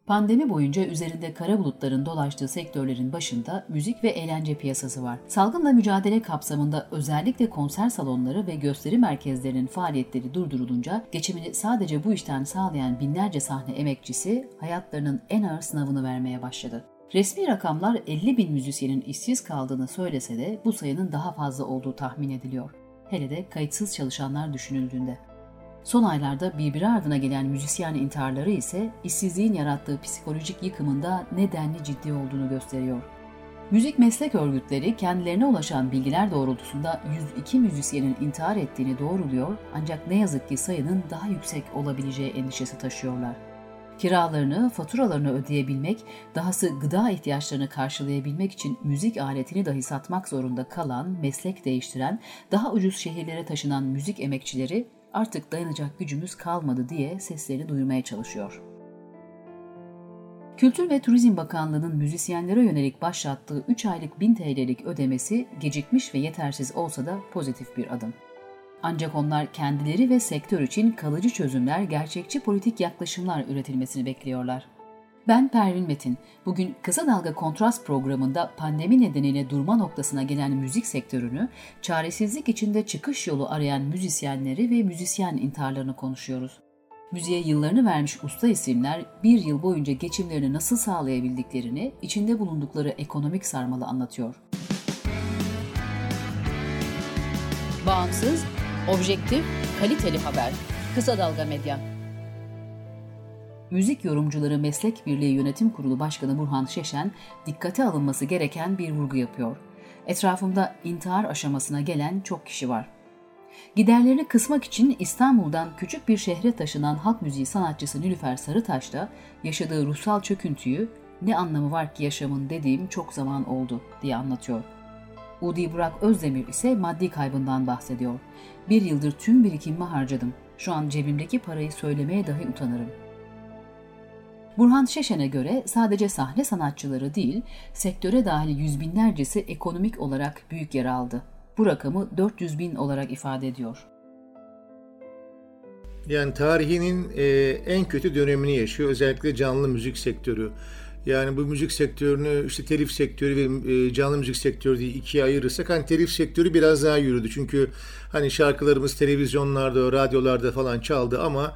Pandemi boyunca üzerinde kara bulutların dolaştığı sektörlerin başında müzik ve eğlence piyasası var. Salgınla mücadele kapsamında özellikle konser salonları ve gösteri merkezlerinin faaliyetleri durdurulunca geçimini sadece bu işten sağlayan binlerce sahne emekçisi hayatlarının en ağır sınavını vermeye başladı. Resmi rakamlar 50 bin müzisyenin işsiz kaldığını söylese de bu sayının daha fazla olduğu tahmin ediliyor. Hele de kayıtsız çalışanlar düşünüldüğünde. Son aylarda birbiri ardına gelen müzisyen intiharları ise işsizliğin yarattığı psikolojik yıkımında ne denli ciddi olduğunu gösteriyor. Müzik meslek örgütleri kendilerine ulaşan bilgiler doğrultusunda 102 müzisyenin intihar ettiğini doğruluyor ancak ne yazık ki sayının daha yüksek olabileceği endişesi taşıyorlar. Kiralarını, faturalarını ödeyebilmek, dahası gıda ihtiyaçlarını karşılayabilmek için müzik aletini dahi satmak zorunda kalan, meslek değiştiren, daha ucuz şehirlere taşınan müzik emekçileri artık dayanacak gücümüz kalmadı diye seslerini duyurmaya çalışıyor. Kültür ve Turizm Bakanlığı'nın müzisyenlere yönelik başlattığı 3 aylık 1000 TL'lik ödemesi gecikmiş ve yetersiz olsa da pozitif bir adım. Ancak onlar kendileri ve sektör için kalıcı çözümler, gerçekçi politik yaklaşımlar üretilmesini bekliyorlar. Ben Pervin Metin. Bugün Kısa Dalga Kontrast programında pandemi nedeniyle durma noktasına gelen müzik sektörünü, çaresizlik içinde çıkış yolu arayan müzisyenleri ve müzisyen intiharlarını konuşuyoruz. Müziğe yıllarını vermiş usta isimler bir yıl boyunca geçimlerini nasıl sağlayabildiklerini, içinde bulundukları ekonomik sarmalı anlatıyor. Bağımsız, objektif, kaliteli haber. Kısa Dalga Medya. Müzik Yorumcuları Meslek Birliği Yönetim Kurulu Başkanı Burhan Şeşen, dikkate alınması gereken bir vurgu yapıyor. Etrafımda intihar aşamasına gelen çok kişi var. Giderlerini kısmak için İstanbul'dan küçük bir şehre taşınan halk müziği sanatçısı Nilüfer Sarıtaş da yaşadığı ruhsal çöküntüyü "Ne anlamı var ki yaşamın dediğim çok zaman oldu" diye anlatıyor. Udi Burak Özdemir ise maddi kaybından bahsediyor. "Bir yıldır tüm birikimimi harcadım. Şu an cebimdeki parayı söylemeye dahi utanırım." Burhan Şeşen'e göre sadece sahne sanatçıları değil, sektöre dahil yüz binlercesi ekonomik olarak büyük yer aldı. Bu rakamı 400 bin olarak ifade ediyor. Yani tarihinin en kötü dönemini yaşıyor. Özellikle canlı müzik sektörü. Yani bu müzik sektörünü işte telif sektörü ve canlı müzik sektörü diye ikiye ayırırsak hani telif sektörü biraz daha yürüdü. Çünkü hani şarkılarımız televizyonlarda, radyolarda falan çaldı ama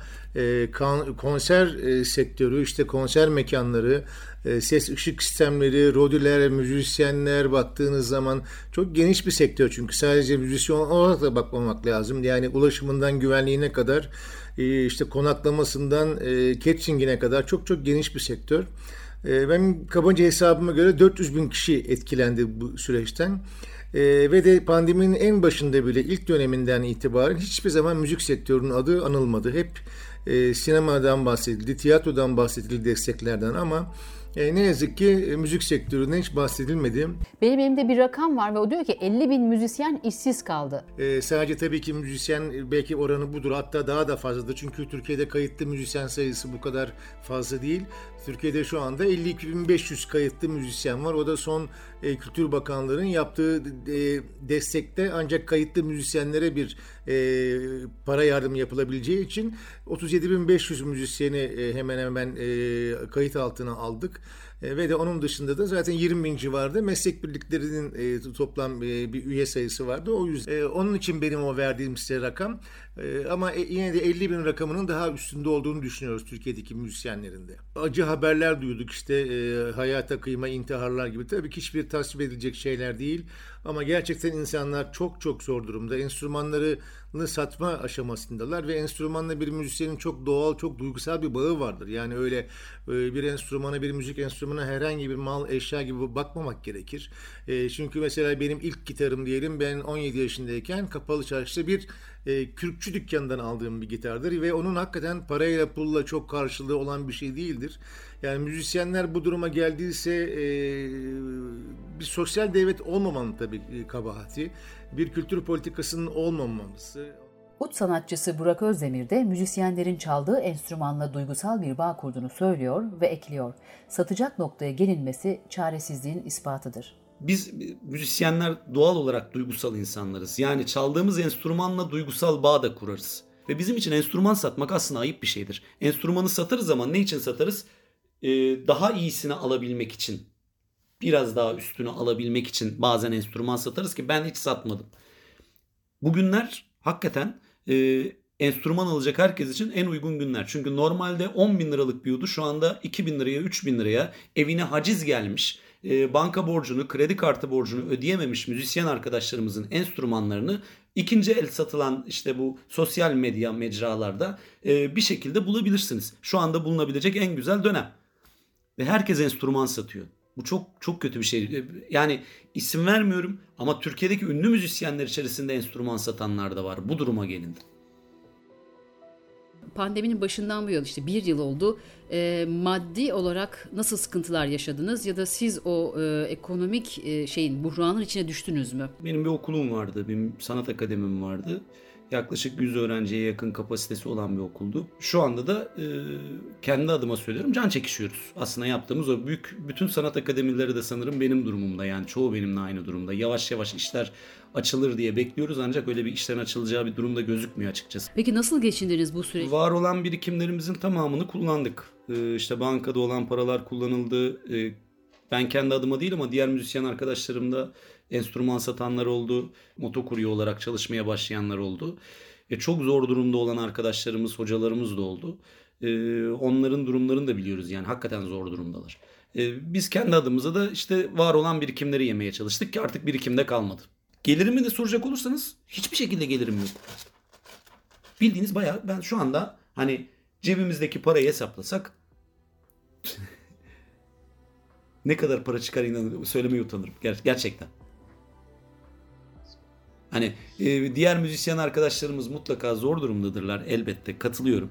konser sektörü, işte konser mekanları, ses ışık sistemleri, rodüler, müzisyenler baktığınız zaman çok geniş bir sektör. Çünkü sadece müzisyen olarak da bakmamak lazım. Yani ulaşımından güvenliğine kadar, işte konaklamasından catering'ine kadar çok çok geniş bir sektör. Benim kabaca hesabıma göre 400 bin kişi etkilendi bu süreçten. Ve de pandeminin en başında bile ilk döneminden itibaren hiçbir zaman müzik sektörünün adı anılmadı. Hep sinemadan bahsedildi, tiyatrodan bahsedildi, desteklerden ama ne yazık ki müzik sektöründen hiç bahsedilmedi. Benim elimde bir rakam var ve o diyor ki 50 bin müzisyen işsiz kaldı. Sadece tabii ki müzisyen belki oranı budur, hatta daha da fazladır. Çünkü Türkiye'de kayıtlı müzisyen sayısı bu kadar fazla değil. Türkiye'de şu anda 52.500 kayıtlı müzisyen var. O da son Kültür Bakanlığı'nın yaptığı destekte ancak kayıtlı müzisyenlere bir para yardımı yapılabileceği için 37.500 müzisyeni hemen hemen kayıt altına aldık. Ve de onun dışında da zaten 20 bin civarında meslek birliklerinin toplam bir üye sayısı vardı. O yüzden onun için benim o verdiğim size rakam. Ama yine de 50 bin rakamının daha üstünde olduğunu düşünüyoruz Türkiye'deki müzisyenlerinde. Acı haberler duyduk, işte hayata kıyma, intiharlar gibi. Tabii ki hiçbir tasvip edilecek şeyler değil. Ama gerçekten insanlar çok çok zor durumda. Enstrümanlarını satma aşamasındalar ve enstrümanla bir müzisyenin çok doğal, çok duygusal bir bağı vardır. Yani öyle bir enstrümana, bir müzik enstrümanına herhangi bir mal, eşya gibi bakmamak gerekir. Çünkü mesela benim ilk gitarım diyelim, ben 17 yaşındayken Kapalı Çarşı'da bir kürkçü dükkanından aldığım bir gitardır ve onun hakikaten parayla pulla çok karşılığı olan bir şey değildir. Yani müzisyenler bu duruma geldiyse bir sosyal devlet olmamanın tabii kabahati, bir kültür politikasının olmaması. Ud sanatçısı Burak Özdemir de müzisyenlerin çaldığı enstrümanla duygusal bir bağ kurduğunu söylüyor ve ekliyor. Satacak noktaya gelinmesi çaresizliğin ispatıdır. Biz müzisyenler doğal olarak duygusal insanlarız. Yani çaldığımız enstrümanla duygusal bağ da kurarız. Ve bizim için enstrüman satmak aslında ayıp bir şeydir. Enstrümanı satarız ama ne için satarız? daha iyisini alabilmek için, biraz daha üstünü alabilmek için bazen enstrüman satarız ki ben hiç satmadım. Bugünler hakikaten enstrüman alacak herkes için en uygun günler. Çünkü normalde 10 bin liralık bir udu şu anda 2 bin liraya, 3 bin liraya evine haciz gelmiş, banka borcunu, kredi kartı borcunu ödeyememiş müzisyen arkadaşlarımızın enstrümanlarını ikinci el satılan işte bu sosyal medya mecralarda bir şekilde bulabilirsiniz. Şu anda bulunabilecek en güzel dönem. Ve herkes enstrüman satıyor. Bu çok çok kötü bir şey. Yani isim vermiyorum ama Türkiye'deki ünlü müzisyenler içerisinde enstrüman satanlar da var. Bu duruma gelindi. Pandeminin başından bu yana işte bir yıl oldu. Maddi olarak nasıl sıkıntılar yaşadınız ya da siz o ekonomik buhranın içine düştünüz mü? Benim bir okulum vardı, bir sanat akademim vardı. Yaklaşık 100 öğrenciye yakın kapasitesi olan bir okuldu. Şu anda da kendi adıma söylüyorum, can çekişiyoruz. Aslında yaptığımız o bütün sanat akademileri de sanırım benim durumumda. Yani çoğu benimle aynı durumda. Yavaş yavaş işler açılır diye bekliyoruz ancak öyle bir işlerin açılacağı bir durumda gözükmüyor açıkçası. Peki nasıl geçindiniz bu süreç? Var olan birikimlerimizin tamamını kullandık. İşte bankada olan paralar kullanıldı. Ben kendi adıma değil ama diğer müzisyen arkadaşlarım da enstrüman satanlar oldu. Motokurye olarak çalışmaya başlayanlar oldu. Çok zor durumda olan arkadaşlarımız, hocalarımız da oldu. Onların durumlarını da biliyoruz. Yani hakikaten zor durumdalar. Biz kendi adımıza da işte var olan birikimleri yemeye çalıştık ki artık birikimde kalmadı. Gelirimi de soracak olursanız hiçbir şekilde gelirim yok. Bildiğiniz bayağı ben şu anda hani cebimizdeki parayı hesaplasak ne kadar para çıkar inanın söylemeye utanırım gerçekten. Hani diğer müzisyen arkadaşlarımız mutlaka zor durumdadırlar elbette katılıyorum.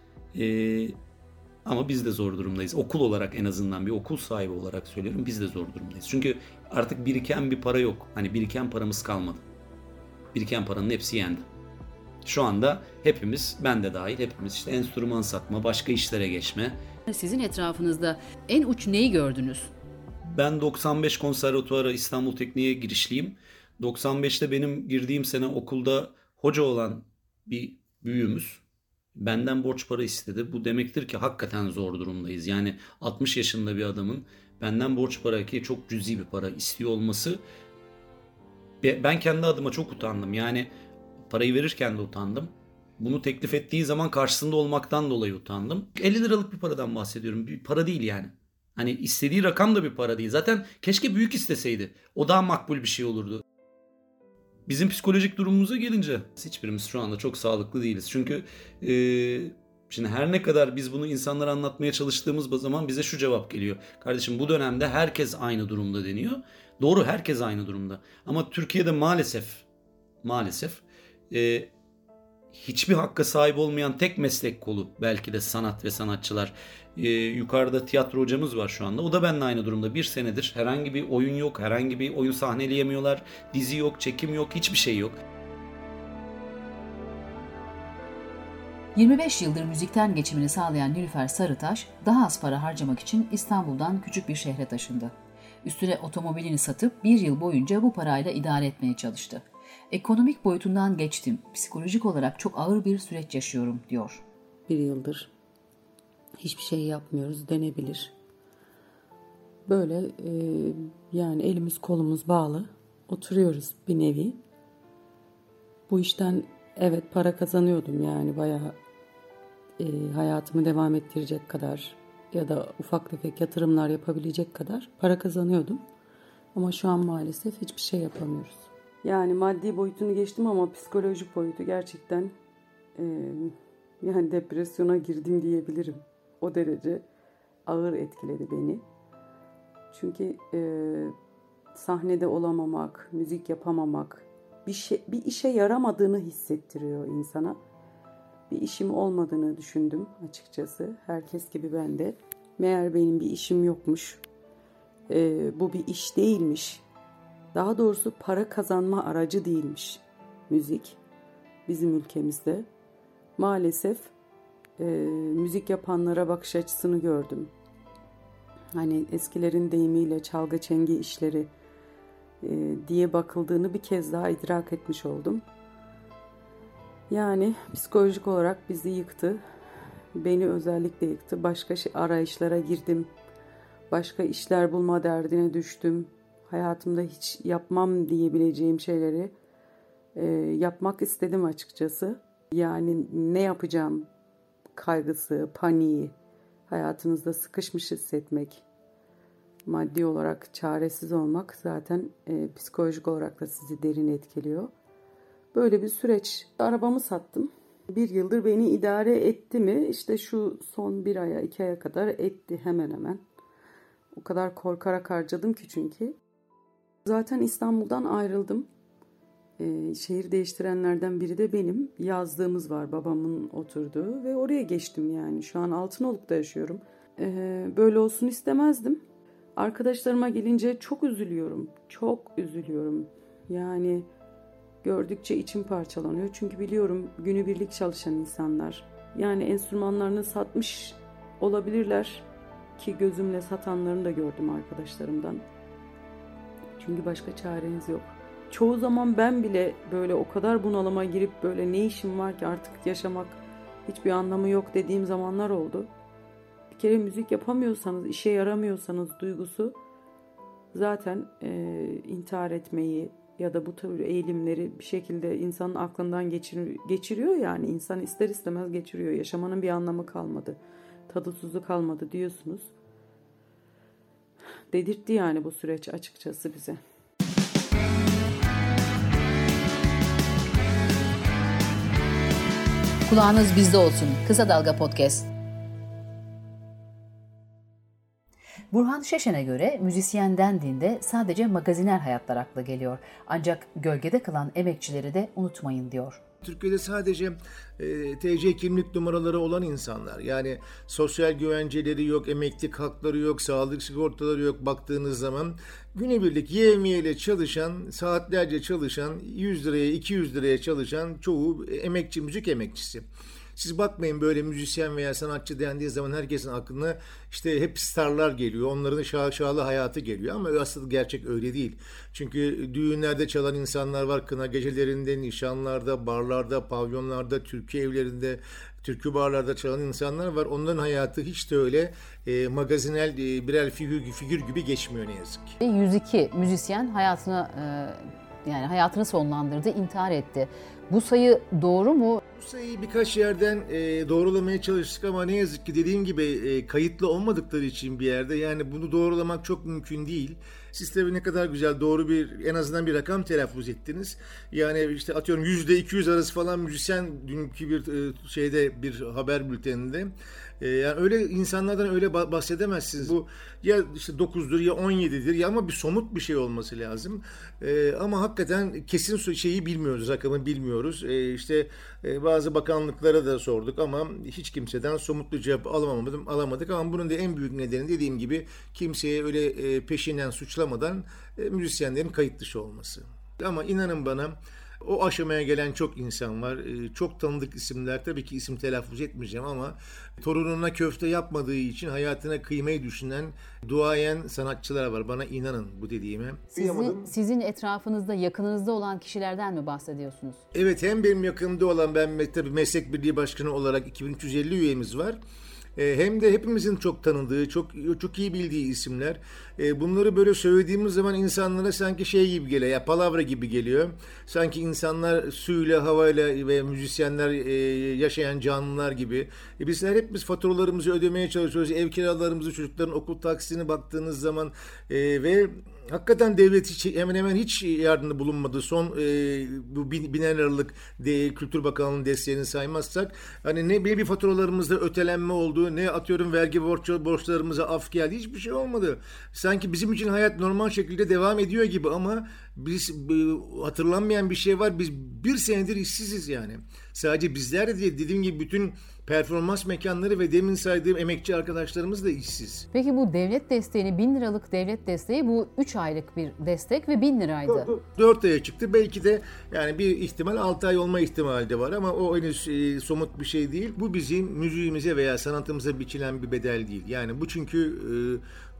Ama biz de zor durumdayız. Okul olarak en azından bir okul sahibi olarak söylüyorum biz de zor durumdayız. Çünkü artık biriken bir para yok. Hani biriken paramız kalmadı. Biriken paranın hepsi yendi. Şu anda hepimiz, ben de dahil hepimiz işte enstrüman satma, başka işlere geçme. Sizin etrafınızda en uç neyi gördünüz? Ben 95 konservatuara İstanbul Teknik'e girişliyim. 95'te benim girdiğim sene okulda hoca olan bir büyüğümüz benden borç para istedi. Bu demektir ki hakikaten zor durumdayız. Yani 60 yaşında bir adamın benden borç para ki çok cüzi bir para istiyor olması ben kendi adıma çok utandım. Yani parayı verirken de utandım. Bunu teklif ettiği zaman karşısında olmaktan dolayı utandım. 50 liralık bir paradan bahsediyorum. Bir para değil yani. Hani istediği rakam da bir para değil. Zaten keşke büyük isteseydi. O daha makbul bir şey olurdu. Bizim psikolojik durumumuza gelince hiçbirimiz şu anda çok sağlıklı değiliz. Çünkü şimdi her ne kadar biz bunu insanlara anlatmaya çalıştığımız zaman bize şu cevap geliyor. Kardeşim bu dönemde herkes aynı durumda deniyor. Doğru herkes aynı durumda. Ama Türkiye'de maalesef hiçbir hakka sahip olmayan tek meslek kolu belki de sanat ve sanatçılar. Yukarıda tiyatro hocamız var şu anda. O da benimle aynı durumda. Bir senedir herhangi bir oyun yok, herhangi bir oyun sahneleyemiyorlar. Dizi yok, çekim yok, hiçbir şey yok. 25 yıldır müzikten geçimini sağlayan Nilüfer Sarıtaş, daha az para harcamak için İstanbul'dan küçük bir şehre taşındı. Üstüne otomobilini satıp bir yıl boyunca bu parayla idare etmeye çalıştı. Ekonomik boyutundan geçtim, psikolojik olarak çok ağır bir süreç yaşıyorum, diyor. Bir yıldır hiçbir şey yapmıyoruz denebilir. Böyle yani elimiz kolumuz bağlı oturuyoruz bir nevi. Bu işten evet para kazanıyordum yani bayağı hayatımı devam ettirecek kadar ya da ufak tefek yatırımlar yapabilecek kadar para kazanıyordum. Ama şu an maalesef hiçbir şey yapamıyoruz. Yani maddi boyutunu geçtim ama psikolojik boyutu gerçekten yani depresyona girdim diyebilirim. O derece ağır etkiledi beni. Çünkü sahnede olamamak, müzik yapamamak, bir işe yaramadığını hissettiriyor insana. Bir işim olmadığını düşündüm açıkçası. Herkes gibi ben de. Meğer benim bir işim yokmuş. Bu bir iş değilmiş. Daha doğrusu para kazanma aracı değilmiş müzik bizim ülkemizde. Maalesef müzik yapanlara bakış açısını gördüm. Hani eskilerin deyimiyle çalgı çengi işleri diye bakıldığını bir kez daha idrak etmiş oldum. Yani psikolojik olarak bizi yıktı. beni özellikle yıktı. Başka arayışlara girdim. Başka işler bulma derdine düştüm. Hayatımda hiç yapmam diyebileceğim şeyleri yapmak istedim açıkçası. Yani ne yapacağım kaygısı, paniği, hayatınızda sıkışmış hissetmek, maddi olarak çaresiz olmak zaten psikolojik olarak da sizi derin etkiliyor. Böyle bir süreç. Arabamı sattım. 1 yıldır beni idare etti mi? İşte şu son 1 aya 2 aya kadar etti hemen hemen. O kadar korkarak harcadım ki çünkü. Zaten İstanbul'dan ayrıldım. Şehir değiştirenlerden biri de benim. Yazlığımız var, babamın oturduğu ve oraya geçtim yani. Şu an Altınoluk'ta yaşıyorum. Böyle olsun istemezdim. Arkadaşlarıma gelince çok üzülüyorum. Çok üzülüyorum. Yani gördükçe içim parçalanıyor. Çünkü biliyorum günübirlik çalışan insanlar. Yani enstrümanlarını satmış olabilirler. Ki gözümle satanlarını da gördüm arkadaşlarımdan. Çünkü başka çareniz yok. Çoğu zaman ben bile böyle o kadar bunalıma girip böyle ne işim var ki artık yaşamak hiçbir anlamı yok dediğim zamanlar oldu. Bir kere müzik yapamıyorsanız, işe yaramıyorsanız duygusu zaten intihar etmeyi ya da bu tür eğilimleri bir şekilde insanın aklından geçiriyor yani. İnsan ister istemez geçiriyor. Yaşamanın bir anlamı kalmadı. Tadı tuzu kalmadı diyorsunuz. Dedirtti yani bu süreç açıkçası bize. Kulağınız bizde olsun. Kısa Dalga Podcast. Burhan Şeşen'e göre müzisyen dendiğinde sadece magaziner hayatlar akla geliyor. Ancak gölgede kalan emekçileri de unutmayın diyor. Türkiye'de sadece TC kimlik numaraları olan insanlar, yani sosyal güvenceleri yok, emeklilik hakları yok, sağlık sigortaları yok baktığınız zaman günübirlik yevmiyeyle çalışan, saatlerce çalışan, 100 liraya 200 liraya çalışan çoğu emekçi, müzik emekçisi. Siz bakmayın böyle müzisyen veya sanatçı dendiği zaman herkesin aklına işte hep starlar geliyor. Onların şaşalı hayatı geliyor ama aslında gerçek öyle değil. Çünkü düğünlerde çalan insanlar var. Kına gecelerinde, nişanlarda, barlarda, pavyonlarda, türkü evlerinde, türkü barlarda çalan insanlar var. Onların hayatı hiç de öyle magazinel birer figür gibi geçmiyor ne yazık ki. 102 müzisyen hayatını sonlandırdı, intihar etti. Bu sayı doğru mu? Bu sayıyı birkaç yerden doğrulamaya çalıştık ama ne yazık ki dediğim gibi kayıtlı olmadıkları için bir yerde, yani bunu doğrulamak çok mümkün değil. Siz tabii ne kadar güzel doğru en azından bir rakam telaffuz ettiniz. Yani işte atıyorum %200 arası falan müzisyen dünkü bir haber bülteninde. Yani öyle insanlardan öyle bahsedemezsiniz. Bu ya işte 9'dur ya 17'dir ya, ama bir somut bir şey olması lazım. Ama hakikaten kesin şeyi bilmiyoruz, rakamı bilmiyoruz. Bazı bakanlıklara da sorduk ama hiç kimseden somut bir cevap alamadık. Ama bunun da en büyük nedeni dediğim gibi kimseye öyle peşinden suçlamadan müzisyenlerin kayıt dışı olması. Ama inanın bana, o aşamaya gelen çok insan var. Çok tanıdık isimler, tabii ki isim telaffuz etmeyeceğim ama torununa köfte yapmadığı için hayatına kıymayı düşünen duayen sanatçılar var. Bana inanın bu dediğime. Sizin etrafınızda, yakınınızda olan kişilerden mi bahsediyorsunuz? Evet, hem benim yakınımda olan, ben tabii meslek birliği başkanı olarak 2350 üyemiz var. Hem de hepimizin çok tanıdığı, çok iyi bildiği isimler. Bunları böyle söylediğimiz zaman insanlara sanki şey gibi geliyor, ya palavra gibi geliyor. Sanki insanlar suyla, havayla ve müzisyenler yaşayan canlılar gibi. Bizler hepimiz faturalarımızı ödemeye çalışıyoruz. Ev kiralarımızı, çocukların okul taksisine baktığınız zaman ve hakikaten devlet hemen hemen hiç yardımda bulunmadı. Son bu 1000 liralık Kültür Bakanlığı'nın desteğini saymazsak, hani ne bir faturalarımızda ötelenme oldu, ne atıyorum vergi borçlarımıza af geldi, hiçbir şey olmadı. Sanki bizim için hayat normal şekilde devam ediyor gibi ama biz hatırlanmayan bir şey var. Biz 1 senedir işsiziz yani. Sadece bizler de değil, dediğim gibi bütün performans mekanları ve demin saydığım emekçi arkadaşlarımız da işsiz. Peki bu devlet desteğini, 1000 liralık devlet desteği, bu 3 aylık bir destek ve 1000 liraydı. 4 aya çıktı. Belki de yani bir ihtimal 6 ay olma ihtimali de var ama o henüz somut bir şey değil. Bu bizim müziğimize veya sanatımıza biçilen bir bedel değil. Yani bu çünkü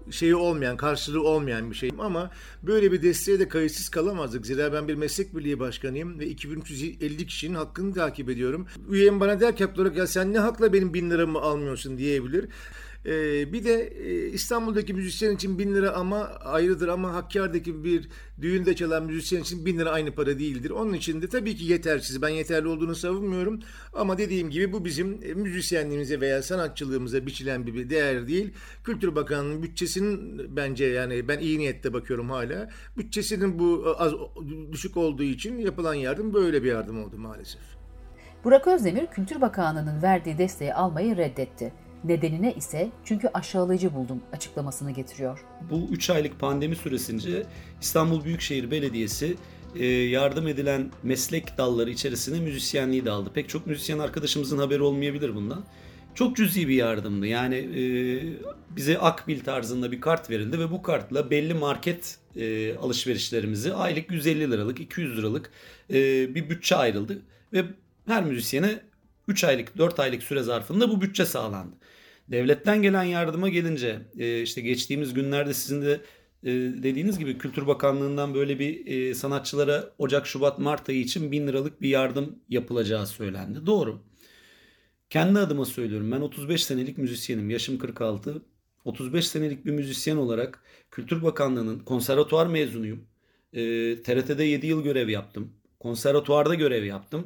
şeyi olmayan, karşılığı olmayan bir şey. Ama böyle bir desteğe de kayıtsız kalamazdık. Zira ben bir meslek birliği başkanıyım ve 2350 kişinin hakkını takip ediyorum. Üyem bana der ki olarak ya sen ne hakla benim 1000 liramı almıyorsun diyebilir. Bir de İstanbul'daki müzisyen için 1000 lira ama ayrıdır ama Hakkari'deki bir düğünde çalan müzisyen için 1000 lira aynı para değildir. Onun için de tabii ki yetersiz. Ben yeterli olduğunu savunmuyorum ama dediğim gibi bu bizim müzisyenliğimize veya sanatçılığımıza biçilen bir değer değil. Kültür Bakanlığı'nın bütçesinin bence yani ben iyi niyetle bakıyorum hala. Bütçesinin bu az düşük olduğu için yapılan yardım böyle bir yardım oldu maalesef. Burak Özdemir, Kültür Bakanlığı'nın verdiği desteği almayı reddetti. Nedenine ise çünkü aşağılayıcı buldum açıklamasını getiriyor. Bu 3 aylık pandemi süresince İstanbul Büyükşehir Belediyesi yardım edilen meslek dalları içerisine müzisyenliği de aldı. Pek çok müzisyen arkadaşımızın haberi olmayabilir bundan. Çok cüzi bir yardımdı. Yani bize Akbil tarzında bir kart verildi ve bu kartla belli market alışverişlerimizi aylık 150 liralık, 200 liralık bir bütçe ayrıldı. Ve her müzisyene 3 aylık, 4 aylık süre zarfında bu bütçe sağlandı. Devletten gelen yardıma gelince işte geçtiğimiz günlerde sizin de dediğiniz gibi Kültür Bakanlığı'ndan böyle bir sanatçılara Ocak, Şubat, Mart ayı için 1000 liralık bir yardım yapılacağı söylendi. Doğru. Kendi adıma söylüyorum. Ben 35 senelik müzisyenim. Yaşım 46. 35 senelik bir müzisyen olarak Kültür Bakanlığı'nın konservatuvar mezunuyum. TRT'de 7 yıl görev yaptım. Konservatuvarda görev yaptım.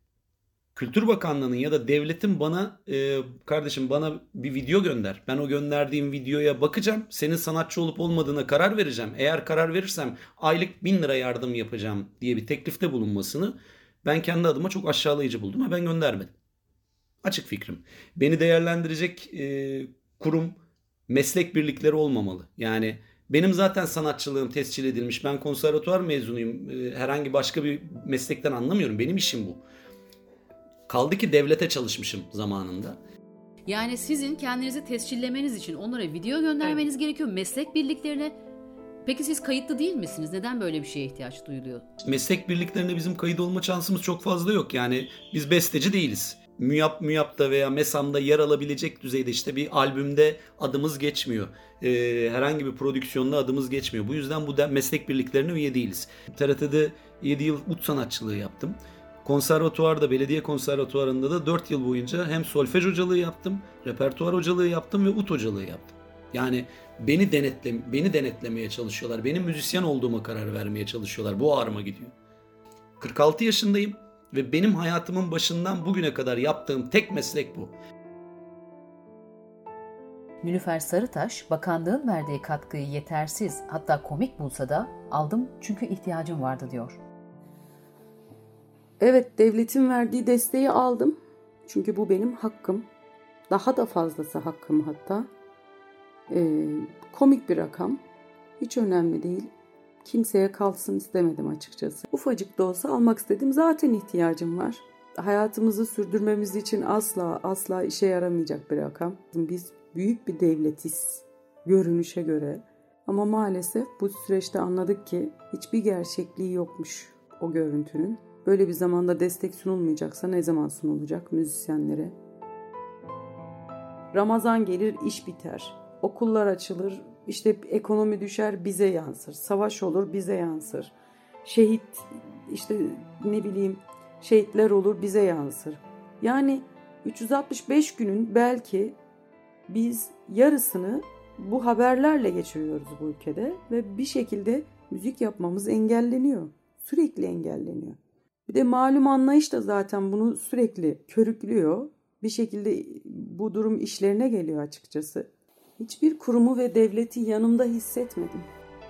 Kültür Bakanlığı'nın ya da devletin bana kardeşim bana bir video gönder. Ben o gönderdiğim videoya bakacağım. Senin sanatçı olup olmadığına karar vereceğim. Eğer karar verirsem aylık 1000 lira yardım yapacağım diye bir teklifte bulunmasını ben kendi adıma çok aşağılayıcı buldum ve ben göndermedim. Açık fikrim. Beni değerlendirecek kurum meslek birlikleri olmamalı. Yani benim zaten sanatçılığım tescil edilmiş. Ben konservatuvar mezunuyum. Herhangi başka bir meslekten anlamıyorum. Benim işim bu. Kaldı ki devlete çalışmışım zamanında. Yani sizin kendinizi tescillemeniz için onlara video göndermeniz gerekiyor meslek birliklerine. Peki siz kayıtlı değil misiniz? Neden böyle bir şeye ihtiyaç duyuluyor? Meslek birliklerine bizim kayıt olma şansımız çok fazla yok. Yani biz besteci değiliz. MÜYAP'ta veya MESAM'da yer alabilecek düzeyde işte bir albümde adımız geçmiyor. Herhangi bir prodüksiyonda adımız geçmiyor. Bu yüzden bu meslek birliklerine üye değiliz. TRT'de 7 yıl ut sanatçılığı yaptım. Konservatuvarda, belediye konservatuvarında da 4 yıl boyunca hem solfej hocalığı yaptım, repertuar hocalığı yaptım ve ut hocalığı yaptım. Yani beni denetlemeye çalışıyorlar. Benim müzisyen olduğuma karar vermeye çalışıyorlar. Bu ağrıma gidiyor. 46 yaşındayım ve benim hayatımın başından bugüne kadar yaptığım tek meslek bu. Nilüfer Sarıtaş, bakanlığın verdiği katkıyı yetersiz hatta komik bulsa da aldım çünkü ihtiyacım vardı diyor. Evet, devletin verdiği desteği aldım. Çünkü bu benim hakkım. Daha da fazlası hakkım hatta. Komik bir rakam. Hiç önemli değil. Kimseye kalsın istemedim açıkçası. Ufacık da olsa almak istedim. Zaten ihtiyacım var. Hayatımızı sürdürmemiz için asla işe yaramayacak bir rakam. Biz büyük bir devletiz görünüşe göre. Ama maalesef bu süreçte anladık ki hiçbir gerçekliği yokmuş o görüntünün. Böyle bir zamanda destek sunulmayacaksa ne zaman sunulacak müzisyenlere? Ramazan gelir, iş biter. Okullar açılır, işte ekonomi düşer, bize yansır. Savaş olur, bize yansır. Şehitler olur, bize yansır. Yani 365 günün belki biz yarısını bu haberlerle geçiriyoruz bu ülkede ve bir şekilde müzik yapmamız engelleniyor. Sürekli engelleniyor. Bir de malum anlayış da zaten bunu sürekli körüklüyor. Bir şekilde bu durum işlerine geliyor açıkçası. Hiçbir kurumu ve devleti yanımda hissetmedim.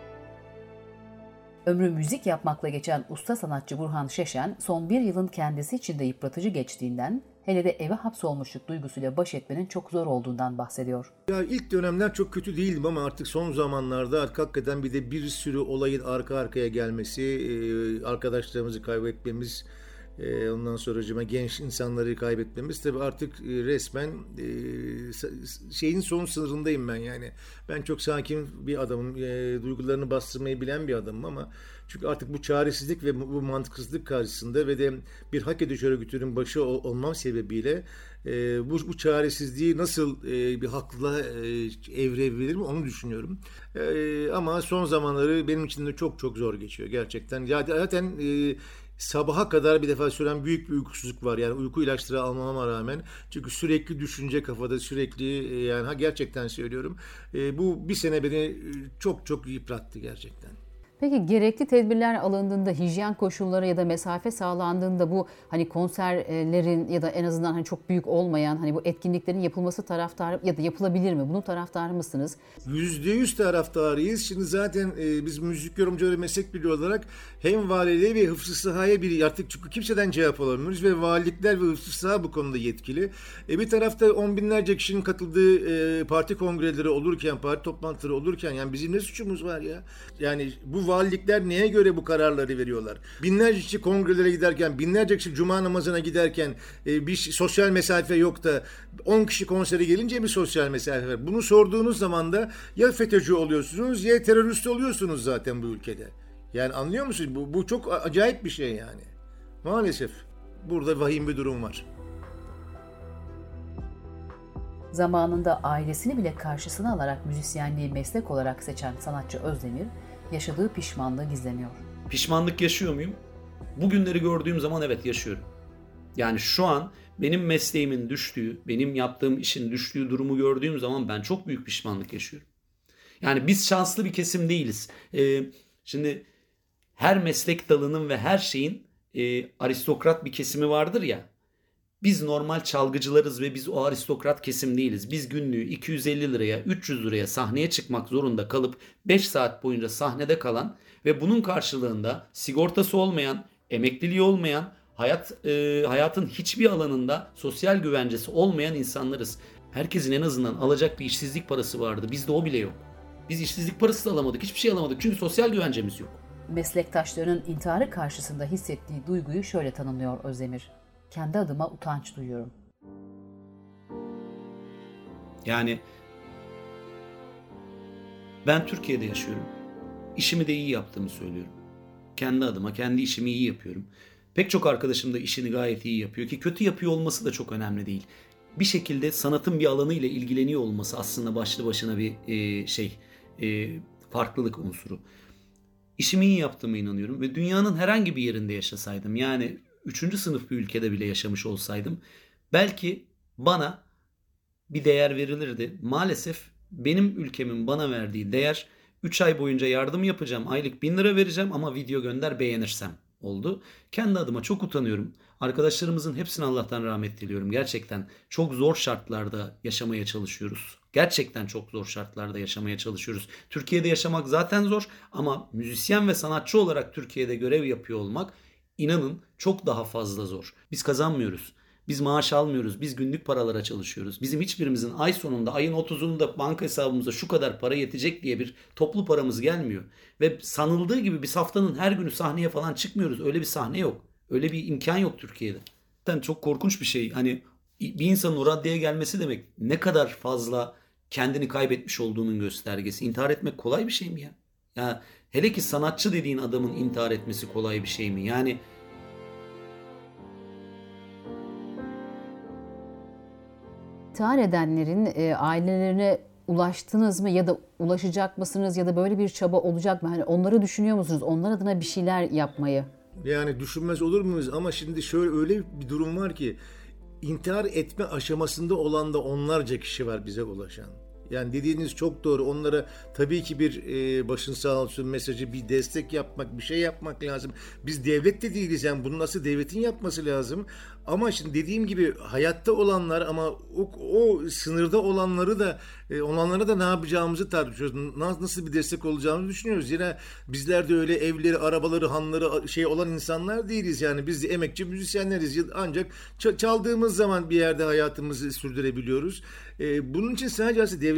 Ömrü müzik yapmakla geçen usta sanatçı Burhan Şeşen, son bir yılın kendisi için de yıpratıcı geçtiğinden, hele de eve hapsolmuşluk duygusuyla baş etmenin çok zor olduğundan bahsediyor. Ya ilk dönemler çok kötü değildim ama artık son zamanlarda hakikaten bir sürü olayın arka arkaya gelmesi, arkadaşlarımızı kaybetmemiz, Ondan sonracığıma genç insanları kaybetmemiz tabii artık resmen şeyin son sınırındayım ben yani. Ben çok sakin bir adamım, duygularını bastırmayı bilen bir adamım ama çünkü artık bu çaresizlik ve bu mantıksızlık karşısında ve de bir hak ediş örgütünün başı olmam sebebiyle bu çaresizliği nasıl bir hakla evrilebilirim onu düşünüyorum. Ama son zamanları benim için de çok çok zor geçiyor gerçekten. Ya zaten sabaha kadar bir defa süren büyük bir uykusuzluk var. Yani uyku ilaçları almama rağmen. Çünkü sürekli düşünce kafada, sürekli yani gerçekten söylüyorum. Bu bir sene beni çok çok yıprattı gerçekten. Peki gerekli tedbirler alındığında, hijyen koşulları ya da mesafe sağlandığında bu hani konserlerin ya da en azından hani çok büyük olmayan hani bu etkinliklerin yapılması taraftarı ya da yapılabilir mi? Bunun taraftarı mısınız? %100 taraftarıyız. Şimdi zaten biz müzik yorumcuları meslek birliği olarak hem valiliğe ve hıfzı sahaya artık çünkü kimseden cevap alamıyoruz ve valilikler ve hıfzı saha bu konuda yetkili. Bir tarafta on binlerce kişinin katıldığı parti kongreleri olurken, parti toplantıları olurken yani bizim ne suçumuz var ya? Yani bu valilikler neye göre bu kararları veriyorlar? Binlerce kişi kongrelere giderken, binlerce kişi cuma namazına giderken bir sosyal mesafe yok da 10 kişi konsere gelince bir sosyal mesafe var. Bunu sorduğunuz zaman da ya FETÖ'cü oluyorsunuz ya terörist oluyorsunuz zaten bu ülkede. Yani anlıyor musunuz? Bu çok acayip bir şey yani. Maalesef burada vahim bir durum var. Zamanında ailesini bile karşısına alarak müzisyenliği meslek olarak seçen sanatçı Özdemir, yaşadığı pişmanlığı gizlemiyor. Pişmanlık yaşıyor muyum? Bugünleri gördüğüm zaman evet yaşıyorum. Yani şu an benim mesleğimin düştüğü, benim yaptığım işin düştüğü durumu gördüğüm zaman ben çok büyük pişmanlık yaşıyorum. Yani biz şanslı bir kesim değiliz. Şimdi her meslek dalının ve her şeyin aristokrat bir kesimi vardır ya. Biz normal çalgıcılarız ve biz o aristokrat kesim değiliz. Biz günlüğü 250 liraya, 300 liraya sahneye çıkmak zorunda kalıp 5 saat boyunca sahnede ve bunun karşılığında sigortası olmayan, emekliliği olmayan, hayatın hiçbir alanında sosyal güvencesi olmayan insanlarız. Herkesin en azından alacak bir işsizlik parası vardı. Bizde o bile yok. Biz işsizlik parası da alamadık, hiçbir şey alamadık çünkü sosyal güvencemiz yok. Meslektaşlarının intiharı karşısında hissettiği duyguyu şöyle tanımlıyor Özdemir. Kendi adıma utanç duyuyorum. Yani ben Türkiye'de yaşıyorum. İşimi de iyi yaptığımı söylüyorum. Kendi adıma kendi işimi iyi yapıyorum. Pek çok arkadaşım da işini gayet iyi yapıyor ki kötü yapıyor olması da çok önemli değil. Bir şekilde sanatın bir alanı ile ilgileniyor olması aslında başlı başına bir farklılık unsuru. İşimi iyi yaptığıma inanıyorum ve dünyanın herhangi bir yerinde yaşasaydım yani 3. sınıf bir ülkede bile yaşamış olsaydım belki bana bir değer verilirdi. Maalesef benim ülkemin bana verdiği değer 3 ay boyunca yardım yapacağım, aylık 1000 lira vereceğim ama video gönder beğenirsem oldu. Kendi adıma çok utanıyorum. Arkadaşlarımızın hepsine Allah'tan rahmet diliyorum. Gerçekten çok zor şartlarda yaşamaya çalışıyoruz. Gerçekten çok zor şartlarda yaşamaya çalışıyoruz. Türkiye'de yaşamak zaten zor ama müzisyen ve sanatçı olarak Türkiye'de görev yapıyor olmak İnanın çok daha fazla zor. Biz kazanmıyoruz. Biz maaş almıyoruz. Biz günlük paralara çalışıyoruz. Bizim hiçbirimizin ay sonunda, ayın 30'unda banka hesabımıza şu kadar para yetecek diye bir toplu paramız gelmiyor. Ve sanıldığı gibi biz haftanın her günü sahneye falan çıkmıyoruz. Öyle bir sahne yok. Öyle bir imkan yok Türkiye'de. Zaten çok korkunç bir şey. Hani bir insanın o raddeye gelmesi demek ne kadar fazla kendini kaybetmiş olduğunun göstergesi. İntihar etmek kolay bir şey mi ya? Ya hele ki sanatçı dediğin adamın intihar etmesi kolay bir şey mi? Yani İntihar edenlerin ailelerine ulaştınız mı ya da ulaşacak mısınız ya da böyle bir çaba olacak mı? Hani onları düşünüyor musunuz? Onlar adına bir şeyler yapmayı. Yani düşünmez olur muyuz? Ama şimdi şöyle öyle bir durum var ki intihar etme aşamasında olan da onlarca kişi var bize ulaşan. Yani dediğiniz çok doğru. Onlara tabii ki bir başın sağ olsun mesajı, bir destek yapmak, bir şey yapmak lazım. Biz devlet de değiliz yani bunu nasıl devletin yapması lazım. Ama şimdi dediğim gibi hayatta olanlar ama o sınırda olanları da olanlara da ne yapacağımızı tartışıyoruz. Nasıl bir destek olacağımızı düşünüyoruz. Yine bizler de öyle evleri, arabaları, hanları olan insanlar değiliz. Yani biz de emekçi müzisyenleriz. Ancak çaldığımız zaman bir yerde hayatımızı sürdürebiliyoruz. Bunun için sadece aslında devlet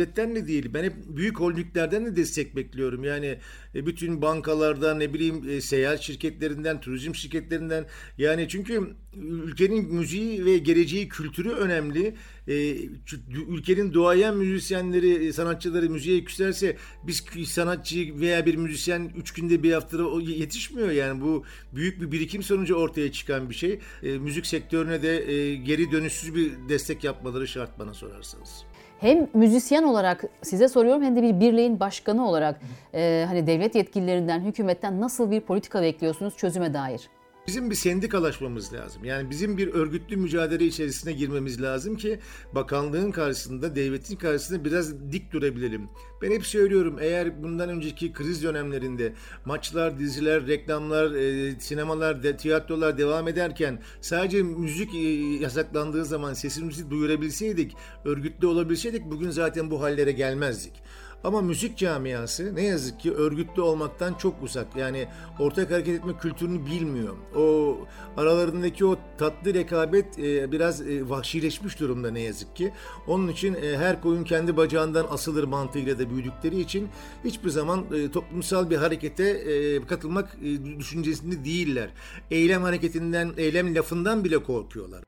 devletten de değil. Ben hep büyük holdinglerden de destek bekliyorum. Yani bütün bankalardan, ne bileyim seyahat şirketlerinden, turizm şirketlerinden. Yani çünkü ülkenin müziği ve geleceği, kültürü önemli. Ülkenin duayen müzisyenleri, sanatçıları müziğe yükselirse biz sanatçı veya bir müzisyen 3 günde bir haftada yetişmiyor. Yani bu büyük bir birikim sonucu ortaya çıkan bir şey. Müzik sektörüne de geri dönüşsüz bir destek yapmaları şart bana sorarsanız. Hem müzisyen olarak size soruyorum hem de bir birliğin başkanı olarak hani devlet yetkililerinden, hükümetten nasıl bir politika bekliyorsunuz çözüme dair? Bizim bir sendikalaşmamız lazım. Yani bizim bir örgütlü mücadele içerisine girmemiz lazım ki bakanlığın karşısında, devletin karşısında biraz dik durabilelim. Ben hep söylüyorum, eğer bundan önceki kriz dönemlerinde maçlar, diziler, reklamlar, sinemalar, tiyatrolar devam ederken sadece müzik yasaklandığı zaman sesimizi duyurabilseydik, örgütlü olabilseydik bugün zaten bu hallere gelmezdik. Ama müzik camiası ne yazık ki örgütlü olmaktan çok uzak. Yani ortak hareket etme kültürünü bilmiyor. O aralarındaki o tatlı rekabet biraz vahşileşmiş durumda ne yazık ki. Onun için her koyun kendi bacağından asılır mantığıyla da büyüdükleri için hiçbir zaman toplumsal bir harekete katılmak düşüncesinde değiller. Eylem hareketinden, eylem lafından bile korkuyorlar.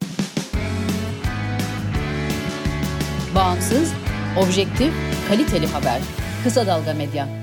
Bağımsız, objektif, kaliteli haber. Kısa Dalga Medya.